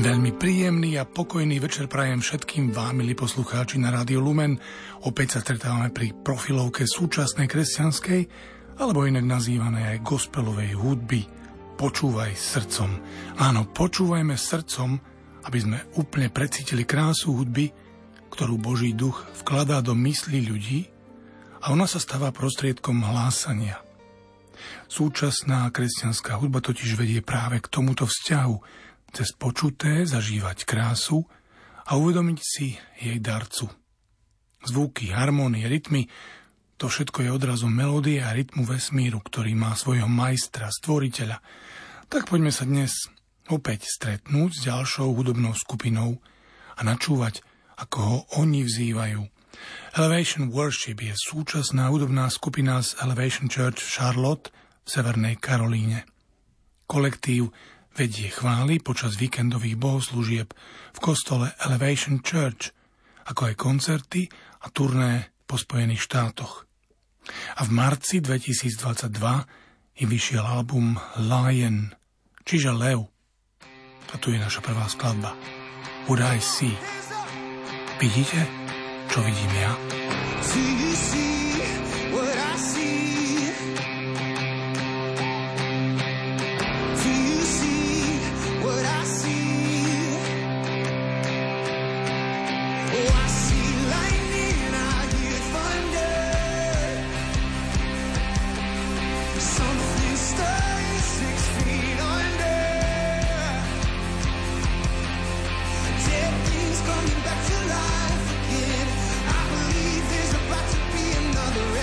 Veľmi príjemný a pokojný večer prajem všetkým vám, milí poslucháči na Rádiu Lumen. Opäť sa stretávame pri profilovke súčasnej kresťanskej, alebo inak nazývanej aj gospelovej hudby Počúvaj srdcom. Áno, počúvajme srdcom, aby sme úplne precítili krásu hudby, ktorú Boží duch vkladá do myslí ľudí a ona sa stáva prostriedkom hlásania. Súčasná kresťanská hudba totiž vedie práve k tomuto vzťahu, cez počuté zažívať krásu a uvedomiť si jej darcu. Zvuky, harmónie, rytmy, to všetko je odrazom melódie a rytmu vesmíru, ktorý má svojho majstra, stvoriteľa. Tak poďme sa dnes opäť stretnúť s ďalšou hudobnou skupinou a načúvať, ako ho oni vzývajú. Elevation Worship je súčasná hudobná skupina z Elevation Church v Charlotte v Severnej Karolíne. Kolektív vedie chvály počas víkendových bohoslúžieb v kostole Elevation Church, ako aj koncerty a turné po Spojených štátoch. A v marci 2022 im vyšiel album Lion, čiže Lev. A tu je naša prvá skladba Would I See. Vidíte, čo vidím ja? Coming back to life again. I believe there's about to be another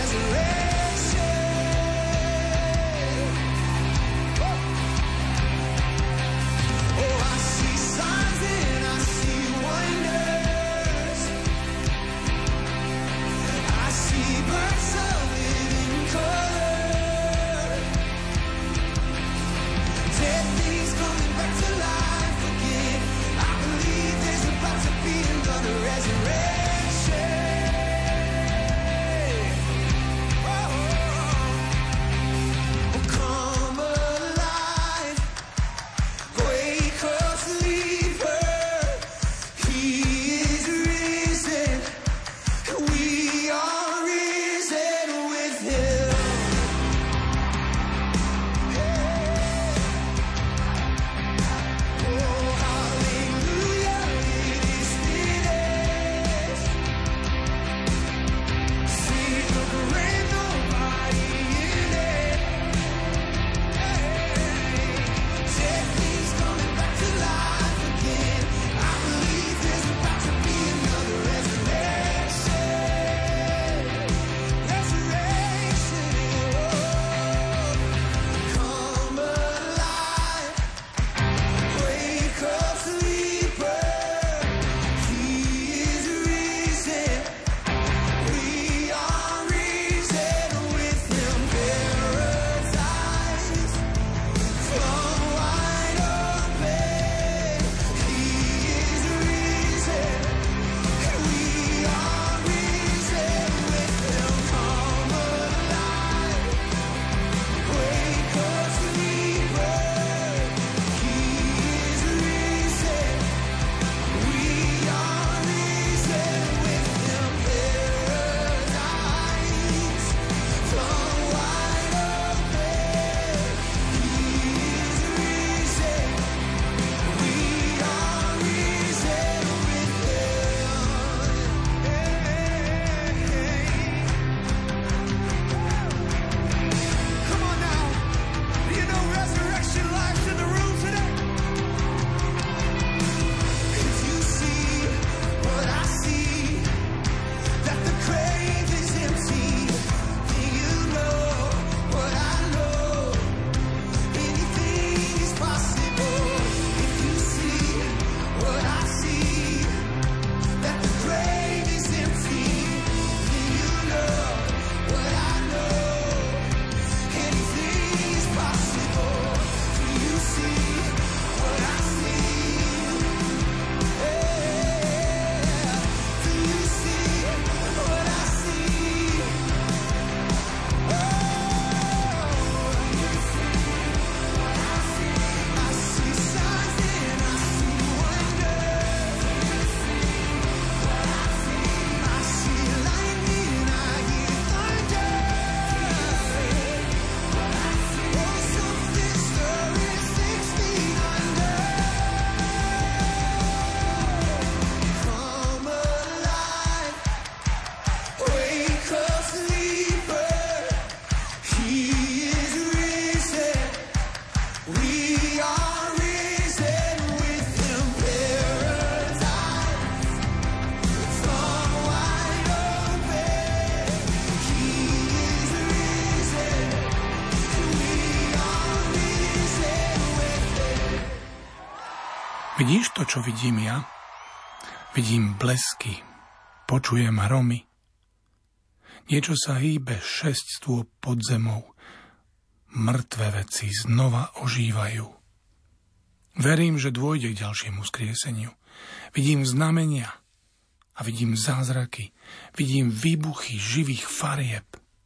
Vidíš to, čo vidím ja? Vidím blesky, počujem hromy. Niečo sa hýbe 6 stôp pod zemou. Mŕtve veci znova ožívajú. Verím, že dôjde k ďalšiemu skrieseniu. Vidím znamenia a vidím zázraky. Vidím výbuchy živých farieb.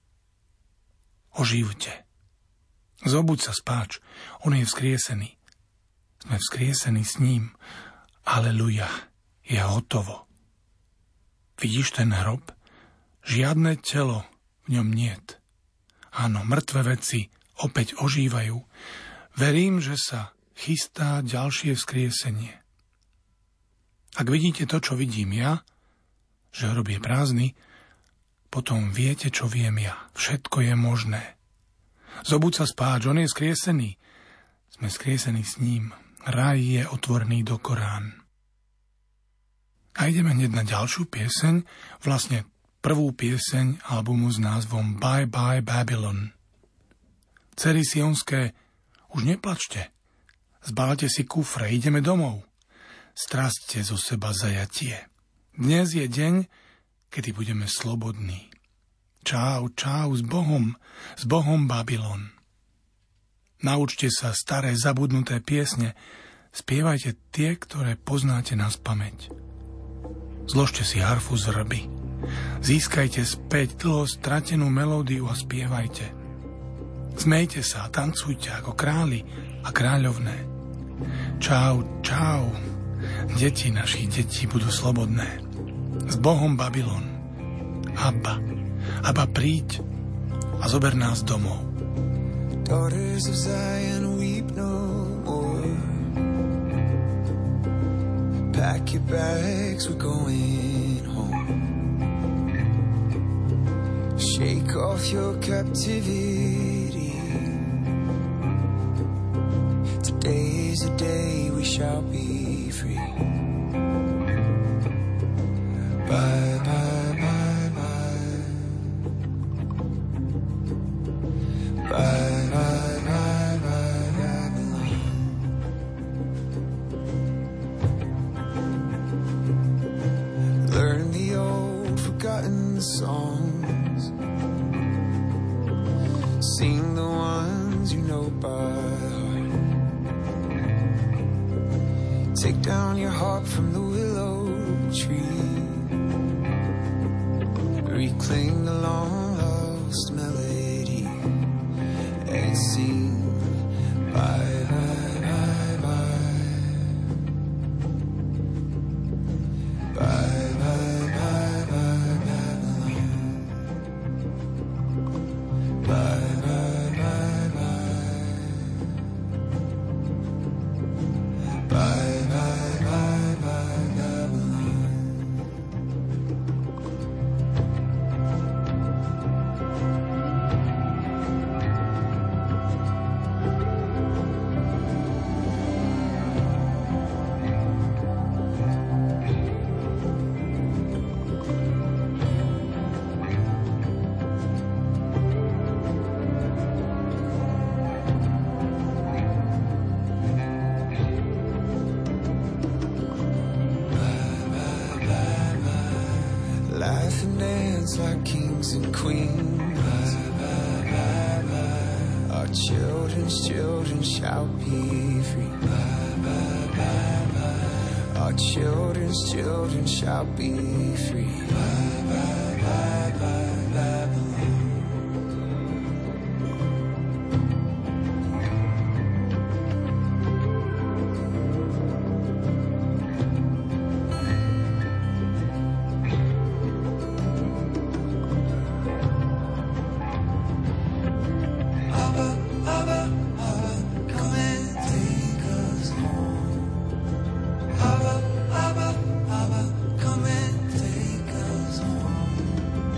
Oživte. Zobuď sa, spáč. On je vzkriesený. Sme vzkriesení s ním. Aleluja. Je hotovo. Vidíš ten hrob? Žiadne telo v ňom niet. Áno, mŕtve veci opäť ožívajú. Verím, že sa chystá ďalšie vzkriesenie. Ak vidíte to, čo vidím ja, že hrob je prázdny, potom viete, čo viem ja. Všetko je možné. Zobuď sa spáč, on je skriesený. Sme skriesení s ním. Raj je otvorený do Korán. A ideme hneď na ďalšiu pieseň, vlastne prvú pieseň albumu s názvom Bye Bye Babylon. Dcery sionské, už neplačte. Zbalte si kufre, ideme domov. Strasťte zo seba zajatie. Dnes je deň, kedy budeme slobodní. Čau, čau, s Bohom Babylon. Naučte sa staré zabudnuté piesne, spievajte tie, ktoré poznáte naspamäť. Zložte si harfu z rby. Získajte späť dlho stratenú melódiu a spievajte. Smejte sa a tancujte ako králi a kráľovné. Čau, čau. Deti našich detí budú slobodné. S Bohom Babylon. Abba, príď a zober nás domov. Daughters of Zion, weep no more. Pack your bags, we're going home. Shake off your captivity. Today is the day we shall be free. Bye, bye, bye, bye. Bye, bye, bye, bye, Babylon. Learn the old forgotten songs. Sing the ones you know by heart. Take down your harp from the willow tree. Reclaim the long lost melody and sing bye, bye, bye, bye. Bye, bye, bye, bye, Babylon. Bye, bye, bye, bye. Bye, bye, bye, bye, Babylon. Laugh and dance like kings and queens. Our children's children shall be free. Our children's children shall be free. Come and take us home.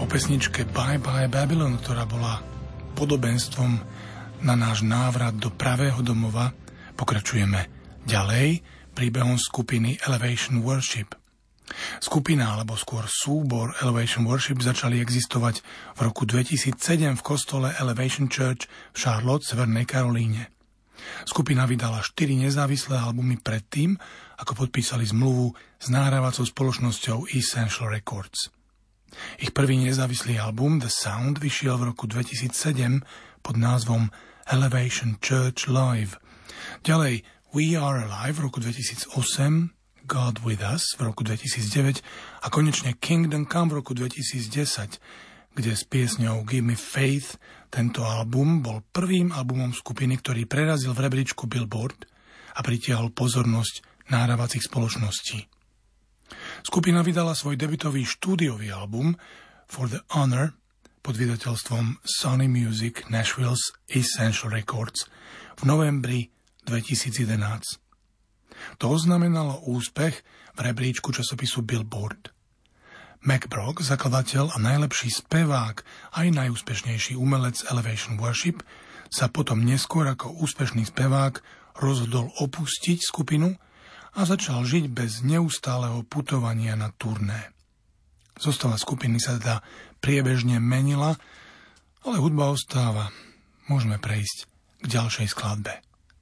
pesničke Bye Bye Babylon, ktorá bola podobenstvom na náš návrat do pravého domova, pokračujeme ďalej príbehom skupiny Elevation Worship. Skupina, alebo skôr súbor Elevation Worship začali existovať v roku 2007 v kostole Elevation Church v Charlotte, Severnej Karolíne. Skupina vydala 4 nezávislé albumy predtým, ako podpísali zmluvu s nahrávacou spoločnosťou Essential Records. Ich prvý nezávislý album The Sound vyšiel v roku 2007 pod názvom Elevation Church Live. Ďalej We Are Alive v roku 2008, God With Us v roku 2009 a konečne Kingdom Come v roku 2010, kde s piesňou Give Me Faith tento album bol prvým albumom skupiny, ktorý prerazil v rebríčku Billboard a pritiahol pozornosť nahrávacích spoločností. Skupina vydala svoj debutový štúdiový album For the Honor pod vydateľstvom Sony Music Nashville's Essential Records v novembri 2011. To znamenalo úspech v rebríčku časopisu Billboard. Mac Brock, zakladateľ a najlepší spevák aj najúspešnejší umelec Elevation Worship, sa potom neskôr ako úspešný spevák rozhodol opustiť skupinu a začal žiť bez neustáleho putovania na turné. Zostava skupiny sa teda priebežne menila, ale hudba ostáva. Môžeme prejsť k ďalšej skladbe.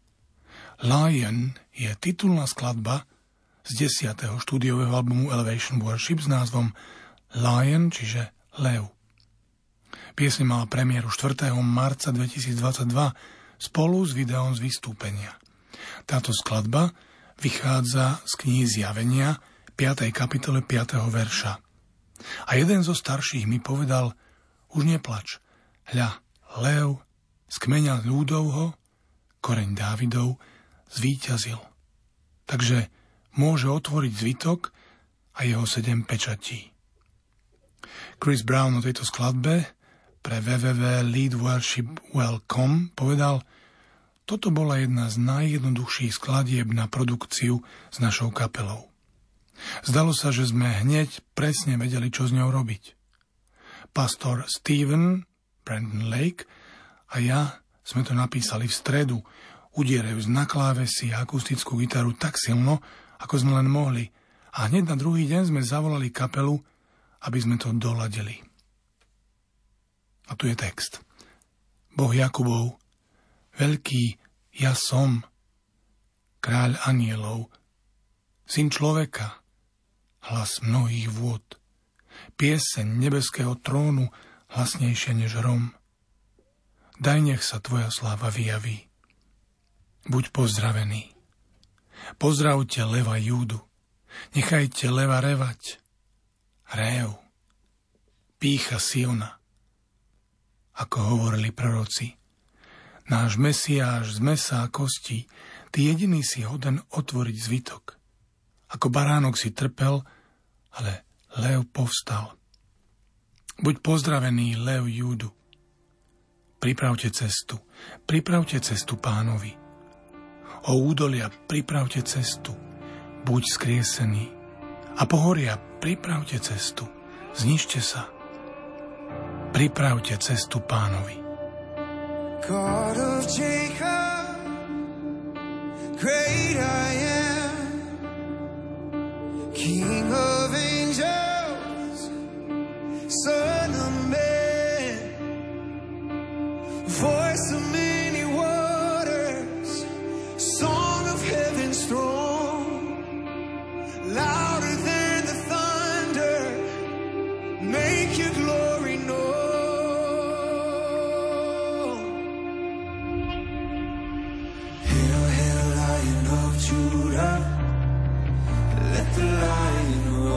Lion je titulná skladba z 10. štúdiového albumu Elevation Worship s názvom Lion, čiže Lev. Pieseň mala premiéru 4. marca 2022 spolu s videom z vystúpenia. Táto skladba vychádza z knihy Zjavenia 5. kapitole 5. verša. A jeden zo starších mi povedal, už neplač, hľa, lev z kmeňa ľudovho, koreň Dávidov, zvíťazil. Takže môže otvoriť zvitok a jeho 7 pečatí. Chris Brown o tejto skladbe pre www.leadworshipwell.com povedal, toto bola jedna z najjednoduchších skladieb na produkciu s našou kapelou. Zdalo sa, že sme hneď presne vedeli, čo s ňou robiť. Pastor Steven, Brandon Lake a ja sme to napísali v stredu, udierajúc na klávesy a akustickú gitaru tak silno, ako sme len mohli. A hneď na druhý deň sme zavolali kapelu, aby sme to doladili. A tu je text. Boh Jakubov, veľký ja som, kráľ anielov, syn človeka, hlas mnohých vôd, pieseň nebeského trónu, hlasnejšia než hrom. Daj, nech sa tvoja sláva vyjaví. Buď pozdravený. Pozdravte leva Júdu. Nechajte leva revať. Rév. Pýcha Siona. Ako hovorili proroci. Náš Mesiáš z mesa a kostí, ty jediný si hoden otvoriť zvitok. Ako baránok si trpel, ale lev povstal. Buď pozdravený, lev Júdu. Pripravte cestu Pánovi. O údolia, pripravte cestu, buď skriesený. A pohoria, pripravte cestu, znižte sa. Pripravte cestu Pánovi. God of Jacob, great I am, King of angels, Son of man, voice of many waters, song of heaven's throne, louder than the thunder, make your glory known. Hail, hail, Lion of Judah, let the lion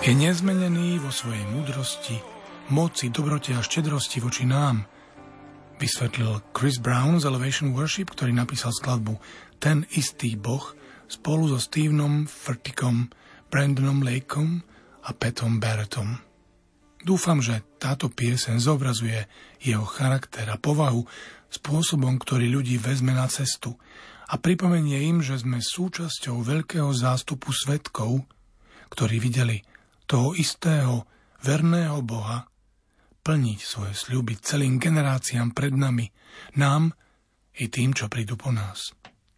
Je nezmenený vo svojej múdrosti, moci, dobrote a štedrosti voči nám, vysvetlil Chris Brown z Elevation Worship, ktorý napísal skladbu Ten istý Boh spolu so Stevenom Furtickom, Brandonom Lakeom a Patom Barrettom. Dúfam, že táto pieseň zobrazuje jeho charakter a povahu spôsobom, ktorý ľudí vezme na cestu a pripomenie im, že sme súčasťou veľkého zástupu svedkov, ktorí videli toho istého verného Boha plniť svoje sľuby celým generáciám pred nami, nám i tým, čo prídu po nás.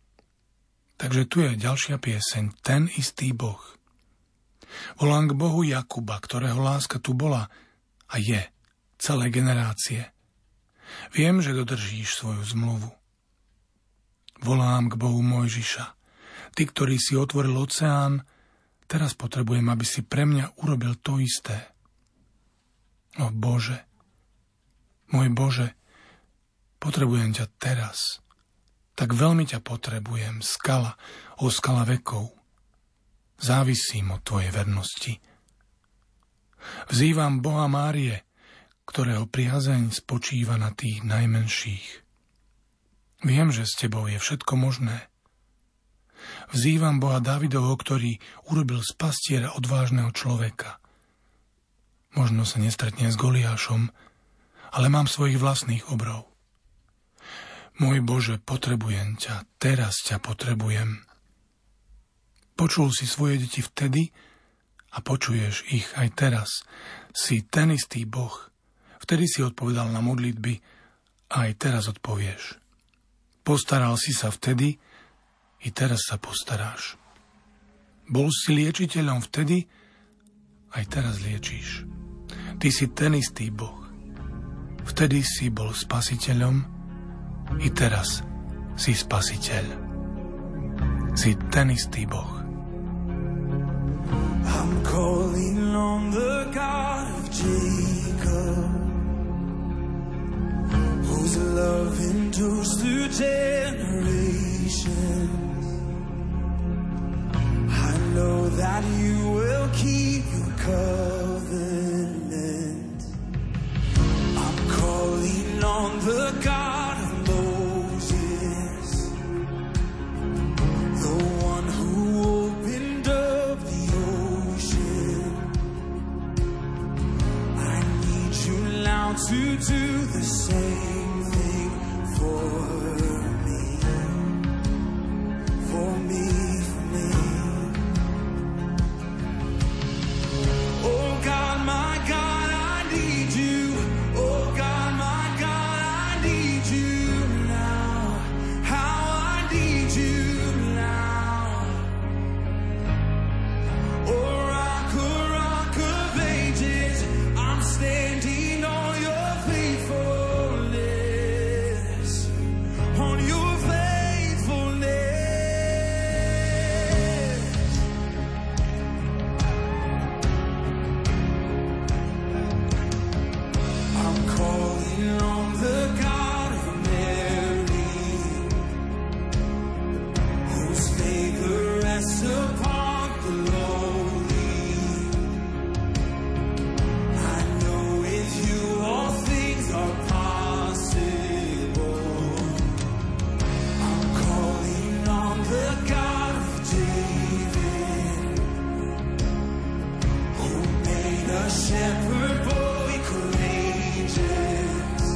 Takže tu je ďalšia pieseň, Ten istý Boh. Volám k Bohu Jakuba, ktorého láska tu bola a je celé generácie. Viem, že dodržíš svoju zmluvu. Volám k Bohu Mojžiša. Ty, ktorý si otvoril oceán, teraz potrebujem, aby si pre mňa urobil to isté. O Bože, môj Bože, potrebujem ťa teraz. Tak veľmi ťa potrebujem, skala, o skala vekov. Závisím od tvojej vernosti. Vzývam Boha Márie, ktorého priazeň spočíva na tých najmenších. Viem, že s tebou je všetko možné. Vzývam Boha Dávidovho, ktorý urobil z pastiera odvážneho človeka. Možno sa nestretne s Goliášom, ale mám svojich vlastných obrov. Môj Bože, potrebujem ťa, teraz ťa potrebujem. Počul si svoje deti vtedy a počuješ ich aj teraz. Si ten istý Boh. Vtedy si odpovedal na modlitby a aj teraz odpovieš. Postaral si sa vtedy, i teraz sa postaráš. Bol si liečiteľom vtedy, aj teraz liečíš. Ty si ten istý Boh. Vtedy si bol spasiteľom, i teraz si spasiteľ. Si ten istý Boh. I'm calling on the God of Jacob, whose love endures through generations. I know that you will keep your covenant. I'm calling on the God of Moses, the one who opened up the ocean. I need you now to do the same thing for me, for me. Oh God, my God, I need you. Oh God, my God, I need you now. How I need you now. Oh rock of ages, I'm standing on your faithfulness, on your faithfulness. I'm calling on the God of Mary, whose favor rests upon the lowly. I know with you all things are possible. I'm calling on the God of David, who made a shepherd boy courageous.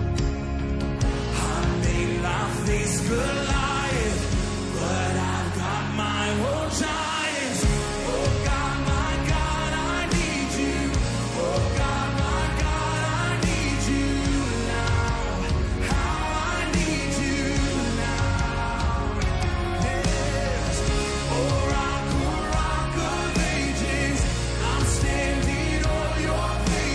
I may not face Goliath, but I've got my own giants. Oh God, my God, I need you. Oh God, my God, I need you now. How I need you now. Yes. Oh rock of ages, I'm standing on your faith.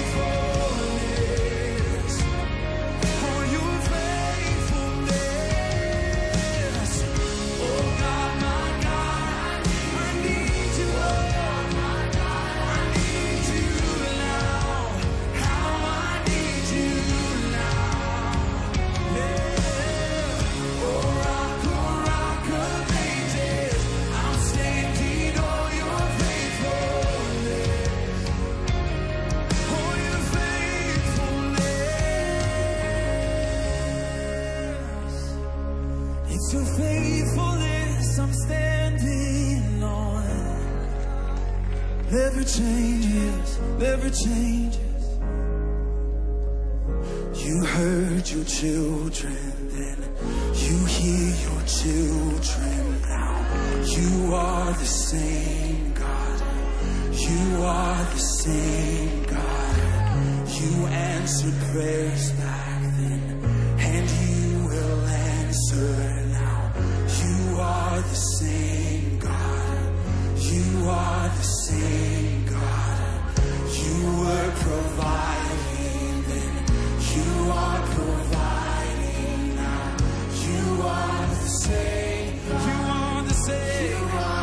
never changes. You heard your children then, you hear your children now. You are the same God, you are the same God. You answered prayers back then, and you will answer now. You are the same God, you are the same God. You were providing then, you are providing now. You are the same, you are the same.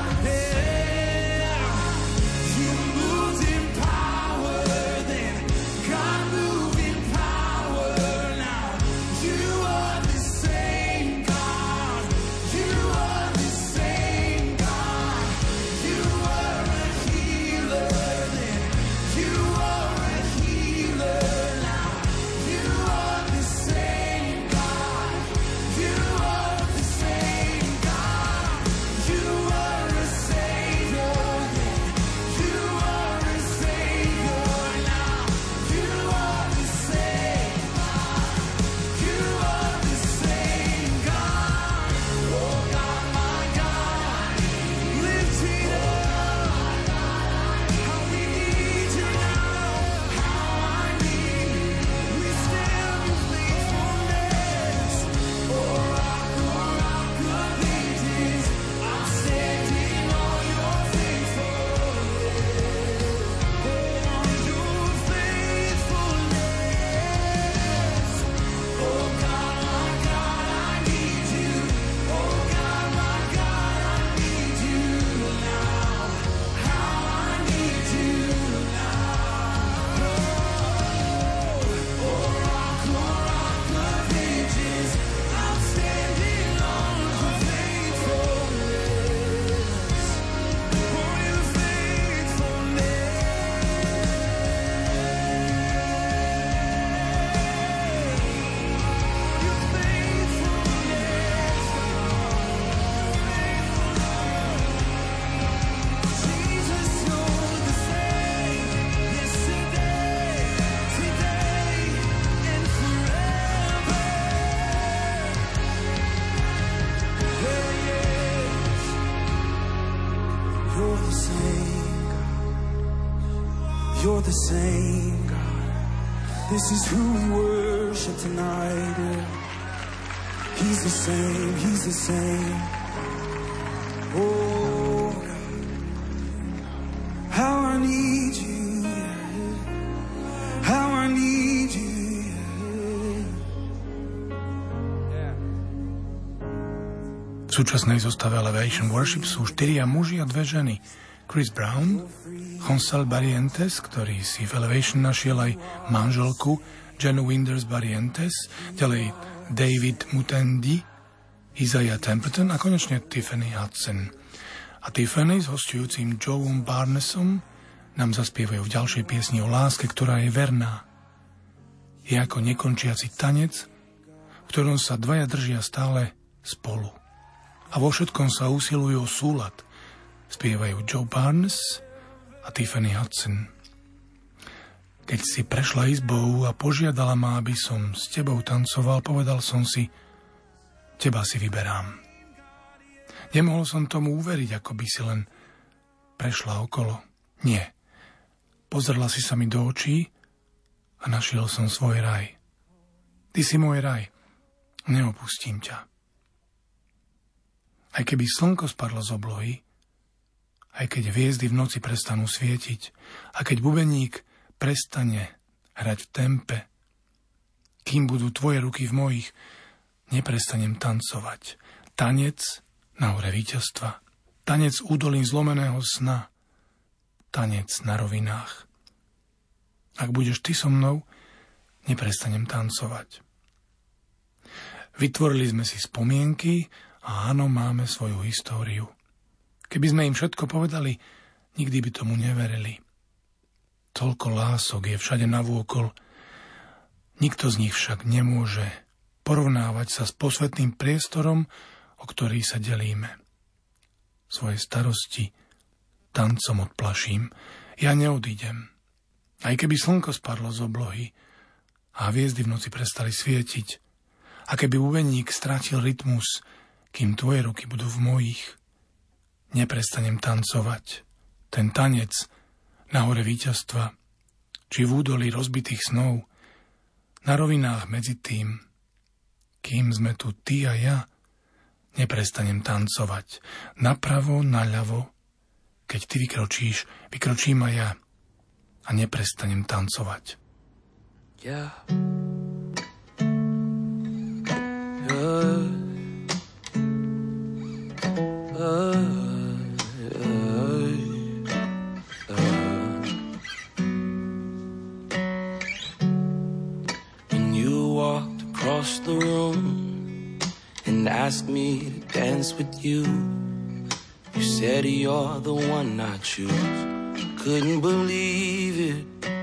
Yeah. You moved in power then, God moved in power now. You are the same God, you are the same God. You are a healer then, you are a healer now. You are the same God, you are the same God. You are a Savior then, you are a Savior now. You are the same God, you are the same God. Oh God, my God, lift it up. How we need you now, how I need you. We stand in faithfulness. Oh rock of ages, I'm standing on your faithfulness. On your faithfulness. Oh God, my God, I need you. Oh God, my God, I need you now. How I need you now. Oh rock of ages, I'm standing on your faithfulness. On your Jesus, you're the same, yesterday, today, and forever. Yes, you're the same God, you're the same God. This is who we worship tonight. Yeah. He's the same, he's the same. Oh God, how I need you, yeah. How I need you, yeah. V súčasnej zostave Elevation Worship sú 4 muži a 2 ženy. Chris Brown, Jonsal Barrientos, ktorý si v Elevation našiel aj manželku Janu Winders Barrientos, ďalej David Mutendi, Isaiah Templeton a konečne Tiffany Hudson. A Tiffany s hostujúcim Joeom Barnesom nám zaspievajú v ďalšej piesni o láske, ktorá je verná. Je ako nekončiaci tanec, v ktorom sa dvaja držia stále spolu. A vo všetkom sa usilujú o súlad. Spievajú Joe Barnes a Tiffany Hudson. Keď si prešla izbou a požiadala ma, aby som s tebou tancoval, povedal som si, teba si vyberám. Nemohol som tomu uveriť, ako by si len prešla okolo. Nie. Pozrela si sa mi do očí a našiel som svoj raj. Ty si môj raj. Neopustím ťa. Aj keby slnko spadlo z oblohy, aj keď hviezdy v noci prestanú svietiť, a keď bubeník prestane hrať v tempe, kým budú tvoje ruky v mojich, neprestanem tancovať. Tanec na hore víťazstva, tanec údolím zlomeného sna, tanec na rovinách. Ak budeš ty so mnou, neprestanem tancovať. Vytvorili sme si spomienky a áno, máme svoju históriu. Keby sme im všetko povedali, nikdy by tomu neverili. Toľko lások je všade navôkol. Nikto z nich však nemôže porovnávať sa s posvätným priestorom, o ktorý sa delíme. Svoje starosti tancom odplaším. Ja neodídem. Aj keby slnko spadlo z oblohy a hviezdy v noci prestali svietiť, a keby bubeník strátil rytmus, kým tvoje ruky budú v mojich, neprestanem tancovať. Ten tanec na hore víťazstva, či v údolí rozbitých snov, na rovinách medzi tým, kým sme tu ty a ja, neprestanem tancovať. Napravo, naľavo, keď ty vykročím aj ja a neprestanem tancovať. Yeah. When you walked across the room and asked me to dance with you, you said you're the one I choose. Couldn't believe it,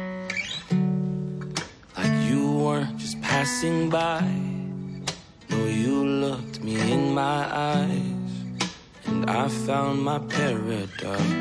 like you weren't just passing by. No, you looked me in my eyes, and I found my paradise.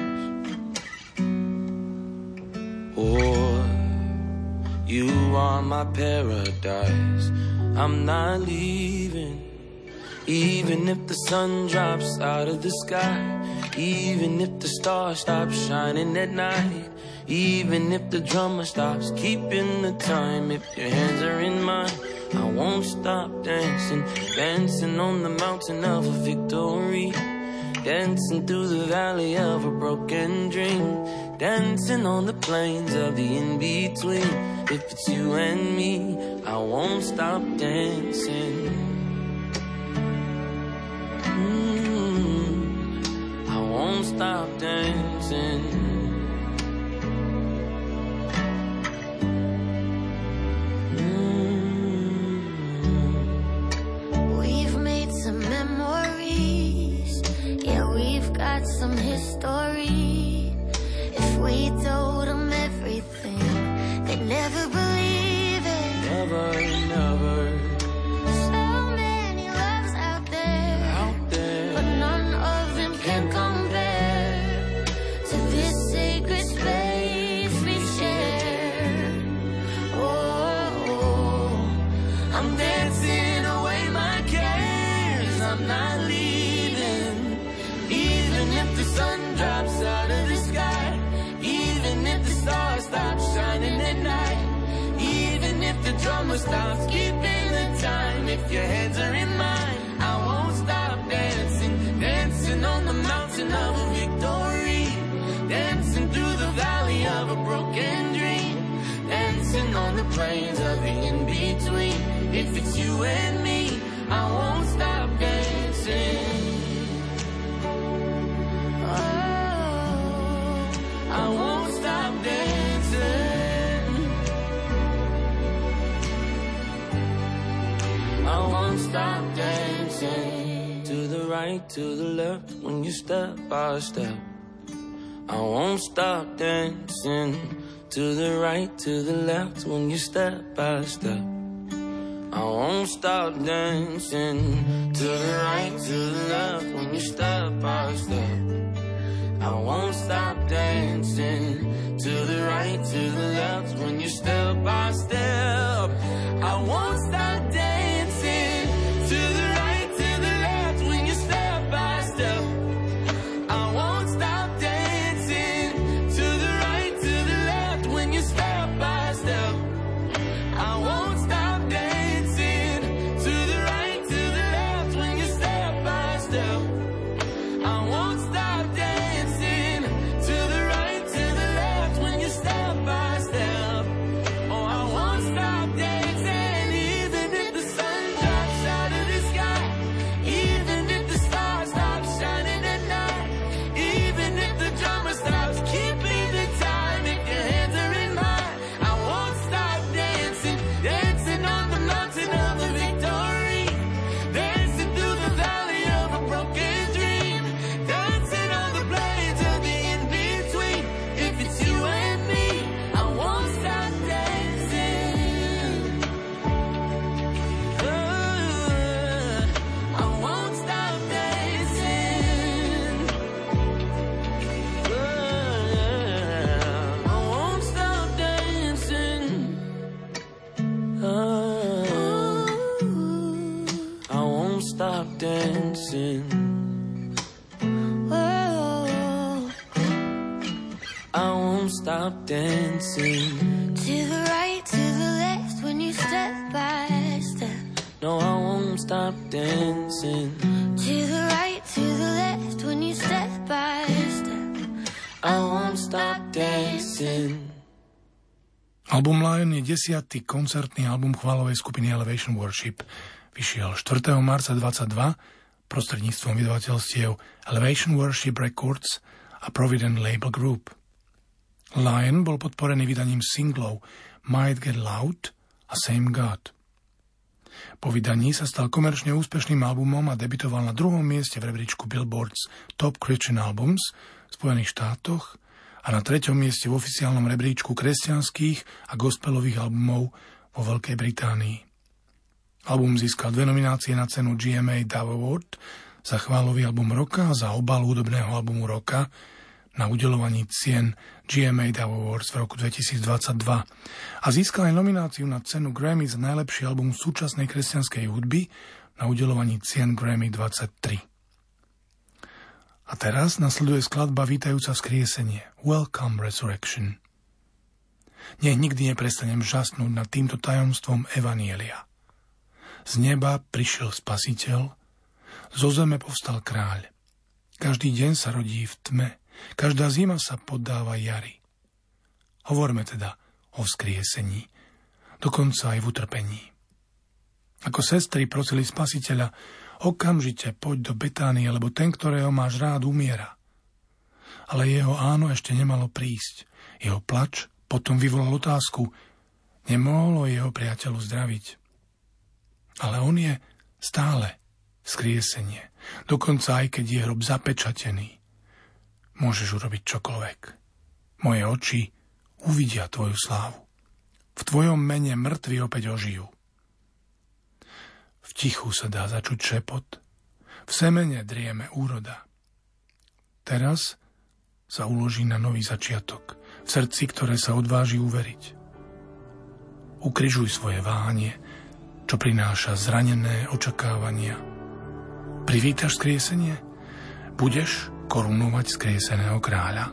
Oh, you are my paradise. I'm not leaving, even if the sun drops out of the sky, even if the stars stop shining at night, even if the drummer stops keeping the time. If your hands are in mine, I won't stop dancing, dancing on the mountain of victory, dancing through the valley of a broken dream, dancing on the plains of the in-between. If it's you and me, I won't stop dancing. I won't stop dancing. Some history. If we told them everything, they'd never believe it. Never, never. So many loves out there, but none of them can compare to this sacred space we share. Oh, I'm dancing away my cares. I'm not leaving. Even if the sun drops out of the sky, even if the stars stop shining at night, even if the drummer stops keeping the time, if your hands are in mine, I won't stop dancing, dancing on the mountain of victory, dancing through the valley of a broken dream, dancing on the plains of the in-between. If it's you and me, I won't stop dancing. I won't stop dancing. I won't stop dancing. To the right, to the left, when you step by step. I won't stop dancing. To the right, to the left, when you step by step. I won't stop dancing. To the right, to the left, when you step by step. I won't stop dancing. To the right, to the left, when you step by step. I won't stop dancing. To the right, to the left, when you step by step. I won't stop dancing. To the right, to the left, when you step by step. I won't stop dancing. To the right, to the left, when you step by step. I won't stop dancing. To the right, to the left, when you step by dancing. Whoa. I won't stop dancing. To the right, to the left, when you step by step. No, I won't stop dancing. To the right, to the left, when you step by step. I won't stop dancing. Album Lion je 10. koncertný album chválovej skupiny Elevation Worship. Vyšiel 4. marca 22 prostredníctvom vydavateľstiev Elevation Worship Records a Provident Label Group. Lion bol podporený vydaním singlov Might Get Loud a Same God. Po vydaní sa stal komerčne úspešným albumom a debutoval na 2. mieste v rebríčku Billboard's Top Christian Albums v Spojených štátoch a na 3. mieste v oficiálnom rebríčku kresťanských a gospelových albumov vo Veľkej Británii. Album získal 2 nominácie na cenu GMA Dove Award za chválový album roka a za obal hudobného albumu roka na udeľovaní cien GMA Dove Awards v roku 2022 a získal aj nomináciu na cenu Grammy za najlepší album súčasnej kresťanskej hudby na udeľovaní cien Grammy 23. A teraz nasleduje skladba vítajúca vzkriesenie Welcome Resurrection. Nech nikdy neprestanem žasnúť nad týmto tajomstvom Evanielia. Z neba prišiel Spasiteľ, zo zeme povstal kráľ. Každý deň sa rodí v tme, každá zima sa poddáva jari. Hovorme teda o vzkriesení, dokonca aj v utrpení. Ako sestry prosili Spasiteľa, okamžite poď do Betánie, lebo ten, ktorého máš rád, umiera. Ale jeho áno ešte nemalo prísť. Jeho plač potom vyvolal otázku, nemohlo jeho priateľu zdraviť. Ale on je stále vzkriesenie, dokonca aj keď je hrob zapečatený. Môžeš urobiť čokoľvek. Moje oči uvidia tvoju slávu. V tvojom mene mŕtvi opäť ožijú. V tichu sa dá začuť šepot, v semene drieme úroda. Teraz sa uloží na nový začiatok, v srdci, ktoré sa odváži uveriť. Ukrižuj svoje váhanie, čo prináša zranené očakávania. Privítaš skriesenie? Budeš korunovať skrieseného kráľa.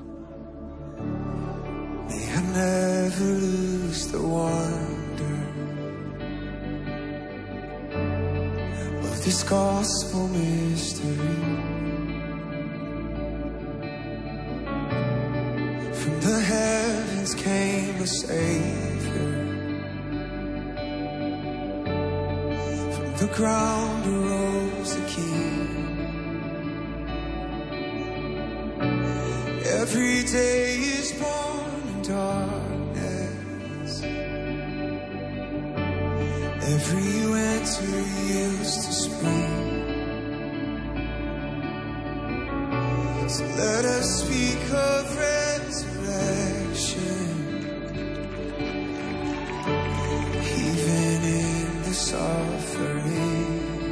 May I never lose the wonder of this gospel mystery. From the heavens came a Savior. From the ground arose a King. Every day is born in darkness. Every winter yields to spring. So let us speak of resurrection, even in the suffering.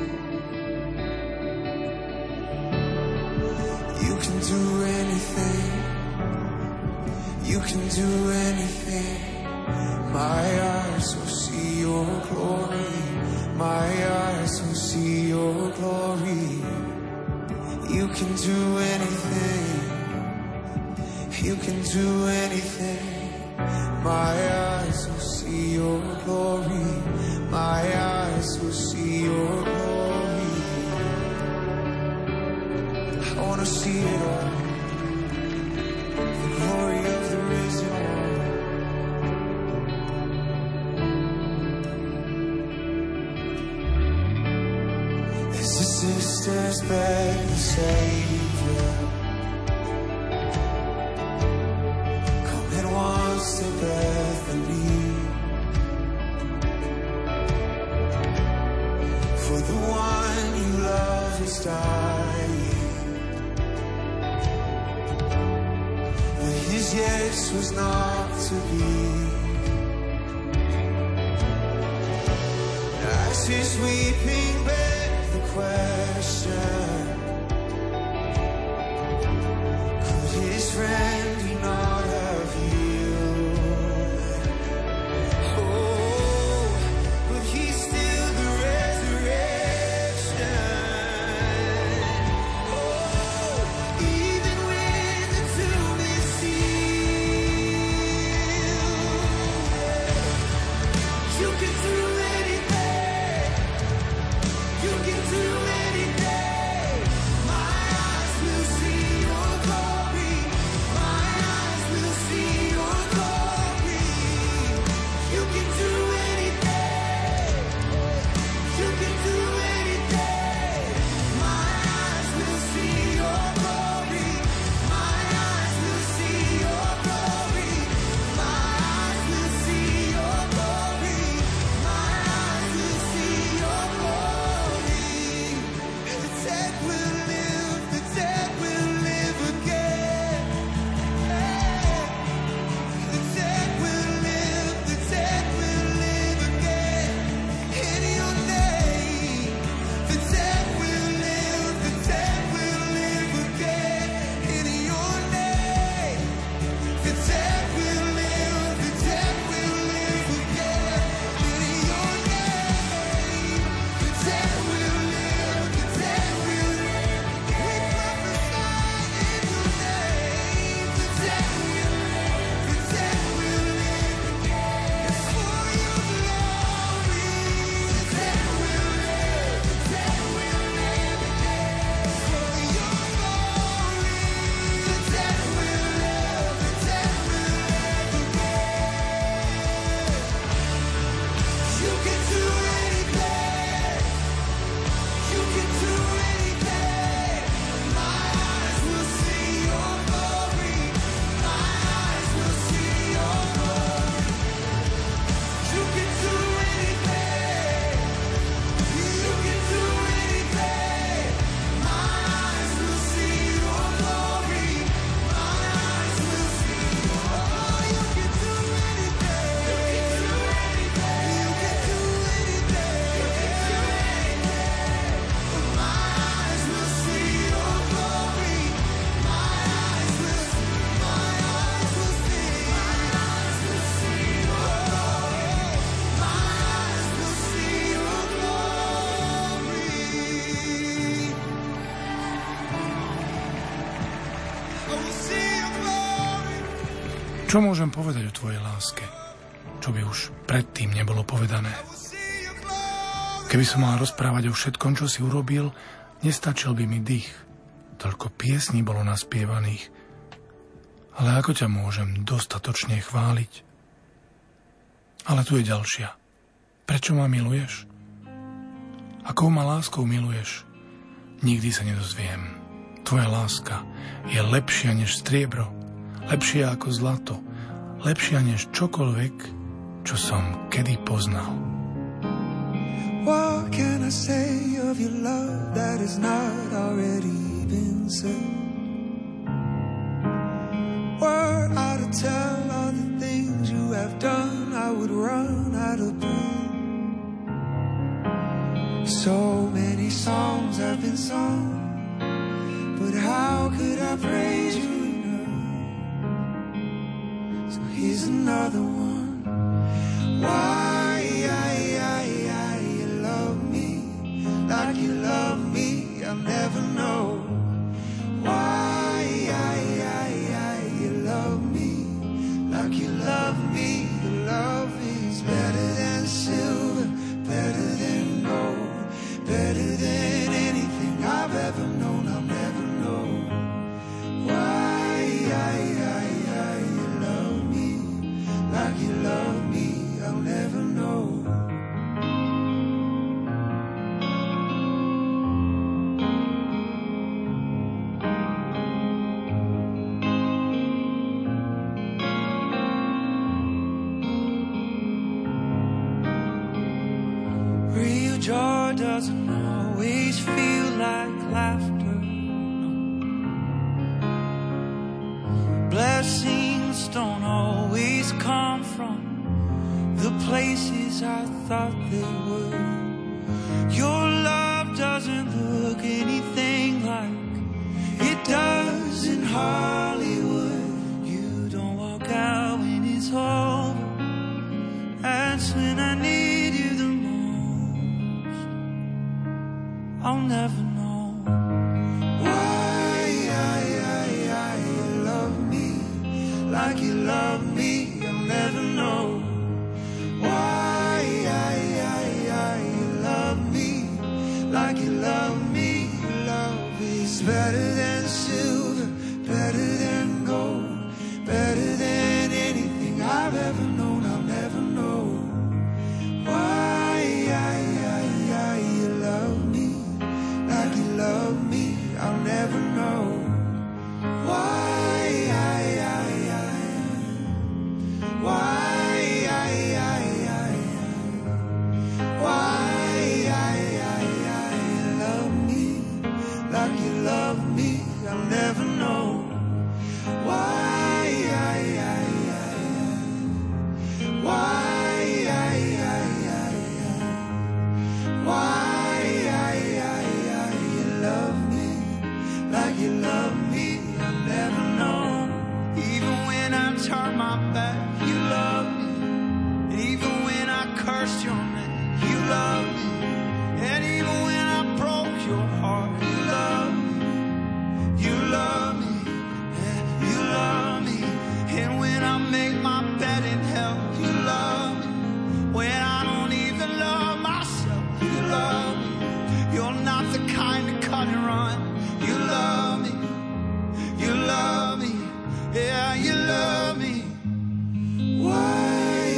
You can do anything. You can do anything. My eyes will see your glory. My eyes will see your glory. You can do anything. You can do anything. My eyes will see your glory. My eyes will see your glory. I wanna see it all. The glory of the risen one. As the sisters beg the Savior, come at once to Bethany, for the one you love is dying. His yes was not to be. As he's weeping back the question, could his friend he not have healed? Oh, but he's still the resurrection. Čo môžem povedať o tvojej láske, čo by už predtým nebolo povedané? Keby som mal rozprávať o všetkom, čo si urobil, nestačil by mi dých. Toľko piesní bolo naspievaných. Ale ako ťa môžem dostatočne chváliť? Ale tu je ďalšia. Prečo ma miluješ? Akou ma láskou miluješ? Nikdy sa nedozviem. Tvoja láska je lepšia než striebro, lepšia ako zlato, lepšia než čokoľvek, čo som kedy poznal. What can I say of your love that has not already been said? Were I to tell all the things you have done, I would run out of breath. So many songs have been sung, but how could I praise you enough? So here's another one. Why you love me like you love me, I'll never know. Why you love me like you love me. Your love is better than silver, better than gold, better than anything I've ever known, I'll never know. Why you love me like you love me, I'll never know. Real joy doesn't always feel like laughter. Blessings don't always come from the places I thought they would. Your love doesn't look anything like it does in Hollywood. You don't walk out when it's over. That's when I need you the most. I'll never know. Why you love me like you love me, I'll never know. Why you love me like you love me. Love is better than silver, better than gold, better than anything I've ever known, I'll never know. Why you love me like you love me, I'll never know. Why love me like you love me, I'll never know. Why you love me like you love me, I'll never know. Even when I turn my back, you love me. Even when I cursed your name, you love me. And even when I broke your heart, you love me. You love me, yeah, you love me. And when I make my bed in hell, you love me. When I don't even love myself, you love me. You're not the kind to cut and run. You love me, you love me, yeah, you love me. Why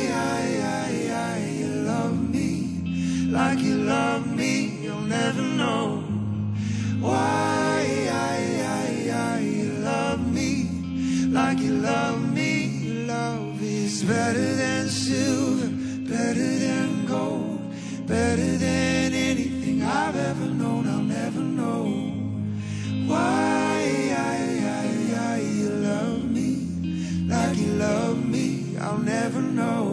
you love me like you love me, you'll never know. Why you love me like you love me. Love is better than silver, better than gold, better than anything I've ever known, I'll never know. Why you love me like you love me, I'll never know.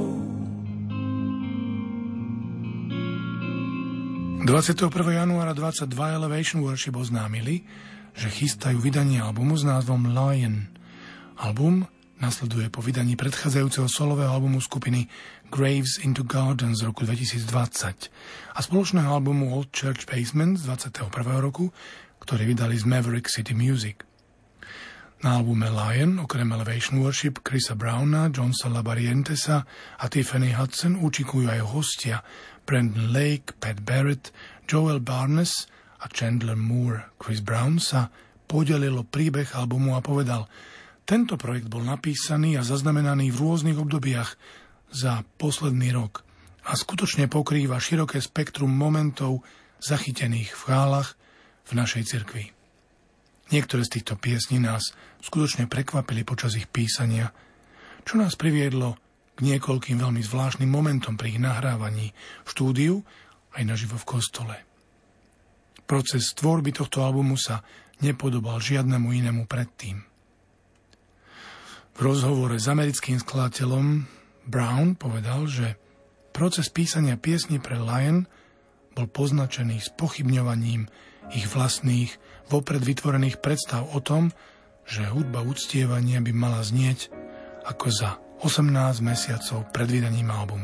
21. januára 22 Elevation Worship oznámili, že chystajú vydanie albumu s názvom Lion. Album nasleduje po vydaní predchádzajúceho solového albumu skupiny Graves into Gardens z roku 2020 a spoločného albumu Old Church Basement z 21. roku, ktorý vydali z Maverick City Music. Na albume Lion, okrem Elevation Worship, Chrisa Browna, Jonesa Labarientesa a Tiffany Hudson účinkujú aj hostia Brandon Lake, Pat Barrett, Joel Barnes a Chandler Moore. Chris Brown sa podelil o príbeh albumu a povedal: tento projekt bol napísaný a zaznamenaný v rôznych obdobiach za posledný rok a skutočne pokrýva široké spektrum momentov zachytených v chválach v našej cirkvi. Niektoré z týchto piesní nás skutočne prekvapili počas ich písania, čo nás priviedlo k niekoľkým veľmi zvláštnym momentom pri ich nahrávaní v štúdiu aj naživo v kostole. Proces tvorby tohto albumu sa nepodobal žiadnemu inému predtým. V rozhovore s americkým skladateľom Brown povedal, že proces písania piesní pre Lion bol poznačený spochybňovaním ich vlastných, vopred vytvorených predstav o tom, že hudba uctievania by mala znieť ako za 18 mesiacov pred vydaním albumu.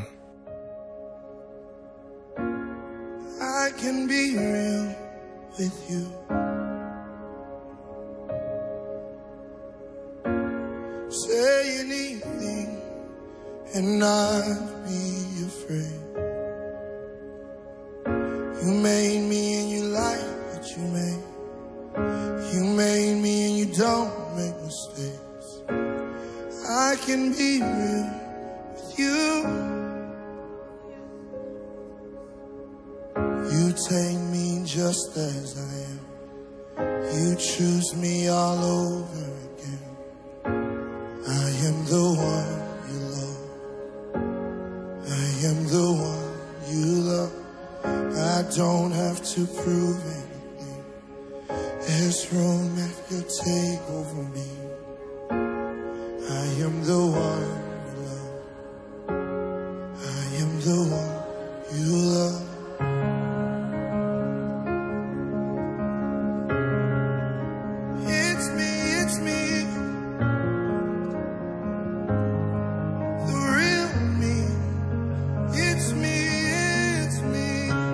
I can be real with you. Say anything and not be afraid. You made me and you like what you made. You made me and you don't make mistakes. I can be real with you. You take me just as I am. You choose me all over again. I am the one you love. I am the one you love. I don't have to prove anything. There's room at your table for me. I am the one you love. I am the one you love. It's me, it's me. The real me. It's me, it's me.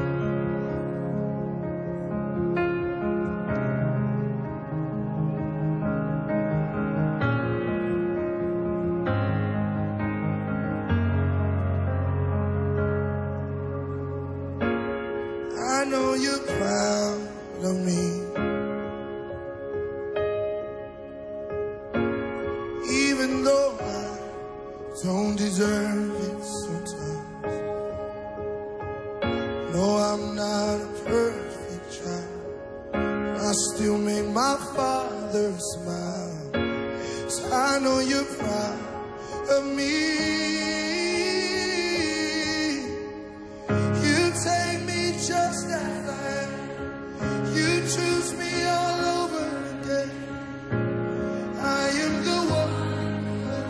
I know you're proud of me. Even though I don't deserve it sometimes. No, I'm not a perfect child. I still make my father smile. So I know you're proud of me. Just as I am, you choose me all over again. I am the one,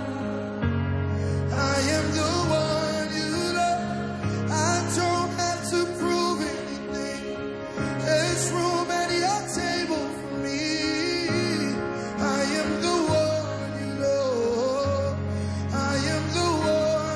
I am the one you love. I don't have to prove anything. There's room at your table for me. I am the one you love. I am the one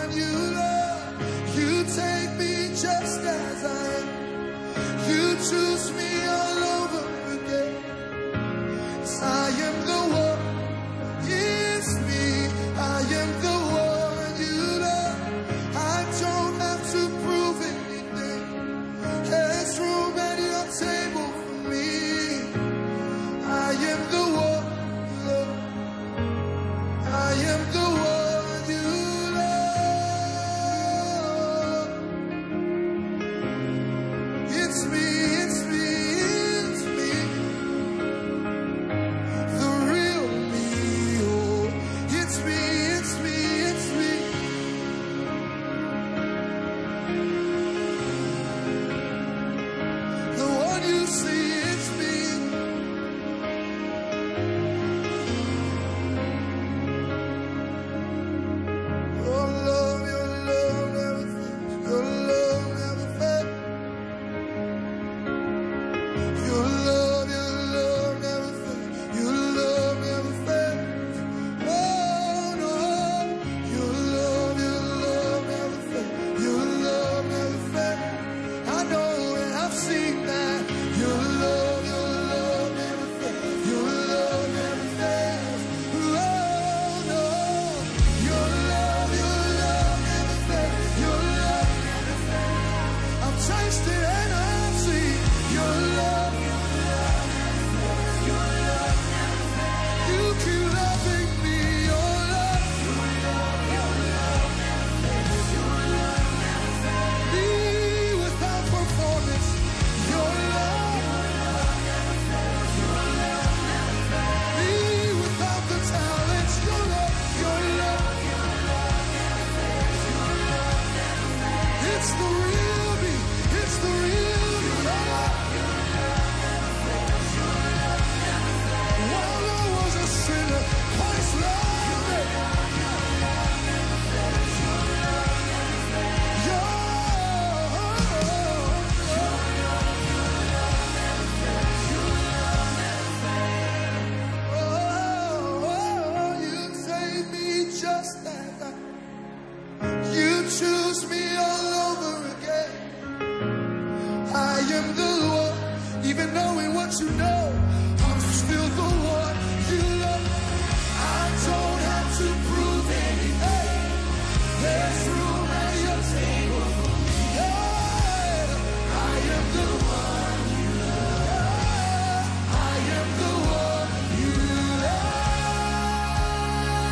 you know I'm still the one you love. I don't have to prove anything. There's room at your table for me. Yeah, I am the one you love. I am the one you love.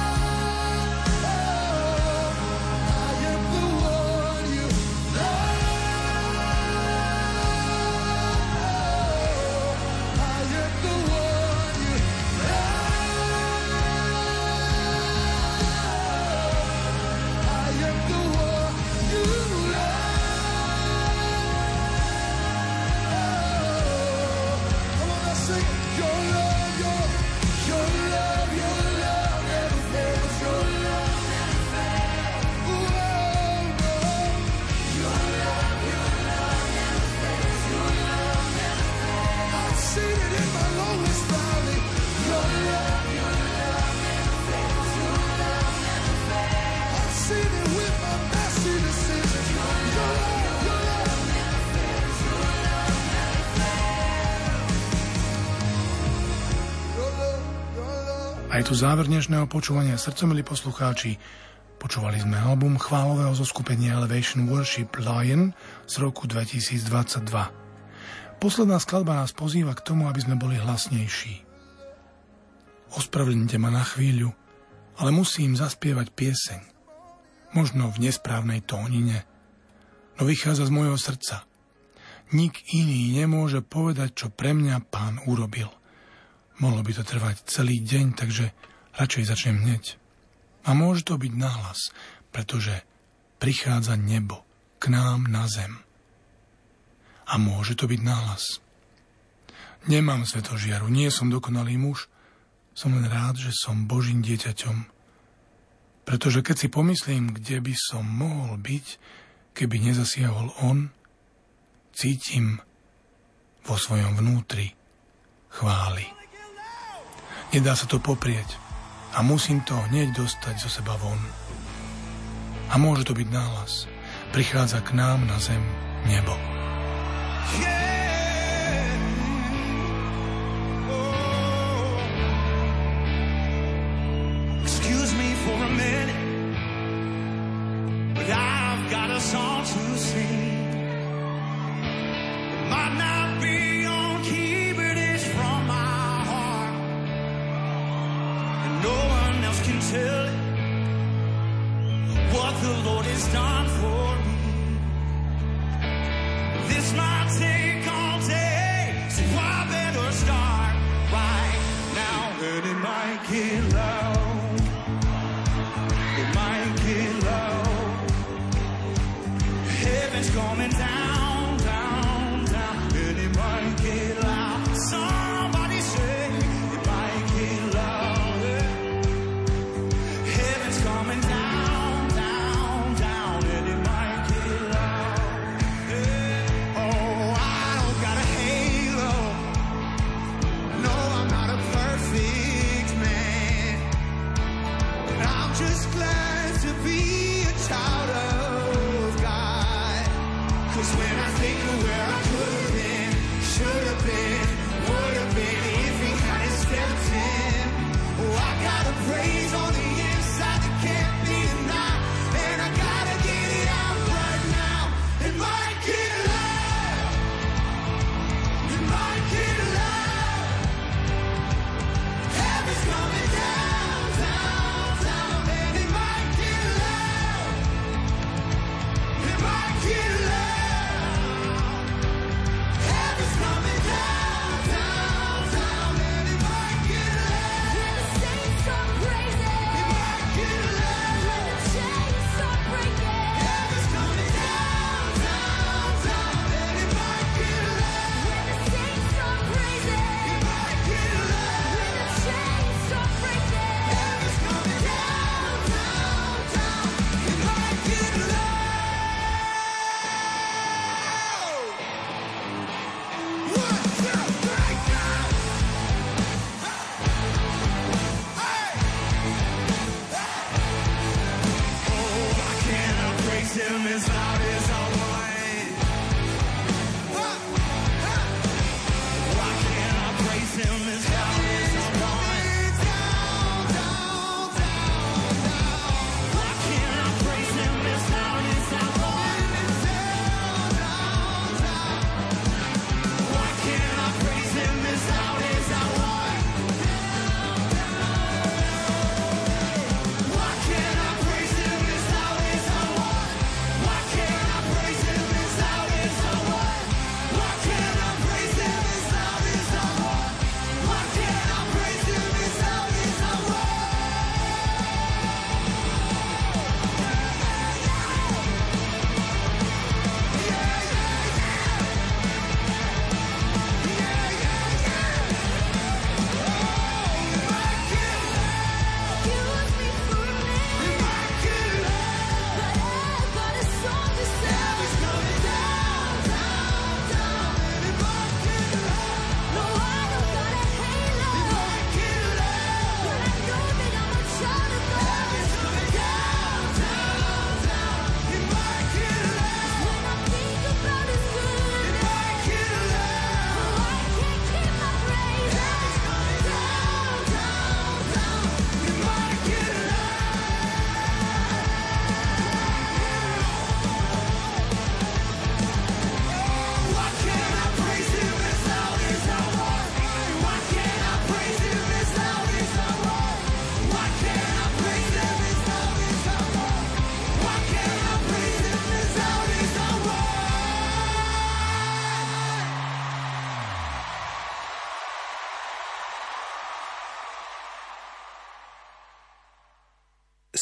I am the one you love. I am the one you Aj tu záver dnešného počúvania, srdcomilí poslucháči. Počúvali sme album chválového zoskupenia Elevation Worship Lion z roku 2022. Posledná skladba nás pozýva k tomu, aby sme boli hlasnejší. Ospravedlňte ma na chvíľu, ale musím zaspievať pieseň. Možno v nesprávnej tónine, no vychádza z mojho srdca. Nik iný nemôže povedať, čo pre mňa Pán urobil. Mohlo by to trvať celý deň, takže radšej začnem hneď. A môže to byť nahlas, pretože prichádza nebo k nám na zem. A môže to byť nahlas. Nemám svetožiaru, nie som dokonalý muž, som len rád, že som Božím dieťaťom. Pretože keď si pomyslím, kde by som mohol byť, keby nezasiahol on, cítim vo svojom vnútri chvály. Nedá sa to poprieť a musím to hneď dostať zo seba von. A môže to byť nahlas. Prichádza k nám na zem nebo. Excuse me for a minute, but I've got a song to sing. It might not be on key, but it's from my heart, and no one else can tell it what the Lord has done for me. This might take all day, so I better start right now. And it might get loud, it might get loud. Heaven's coming down, down, down. And it might get loud. Somebody say it might get loud. Heaven's coming down, down, down. And it might get loud. Oh, I don't got a halo. No, I'm not a perfect man. I'm just glad to be a child of God. 'Cause when I think of where I could have been, should have been, would have been if he hadn't stepped in. Oh, I got a praise on the inside that can't be denied, and I gotta get it out right now. It might get loud, it might get loud. Heaven's coming down, down, down, and it might get loud, it might get loud. Heaven's coming down, down, down, and it might get loud. When the saints start praising, it might get loud. When the chains start breaking, heaven's coming down, down, down, and it might get loud. When the saints start praising, it might get loud. When the chains start breaking, heaven's coming down, down, down, it might get loud. One, two, three, go! Hey! Oh, why can't I praise him as loud as I want? Why can't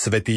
Svätý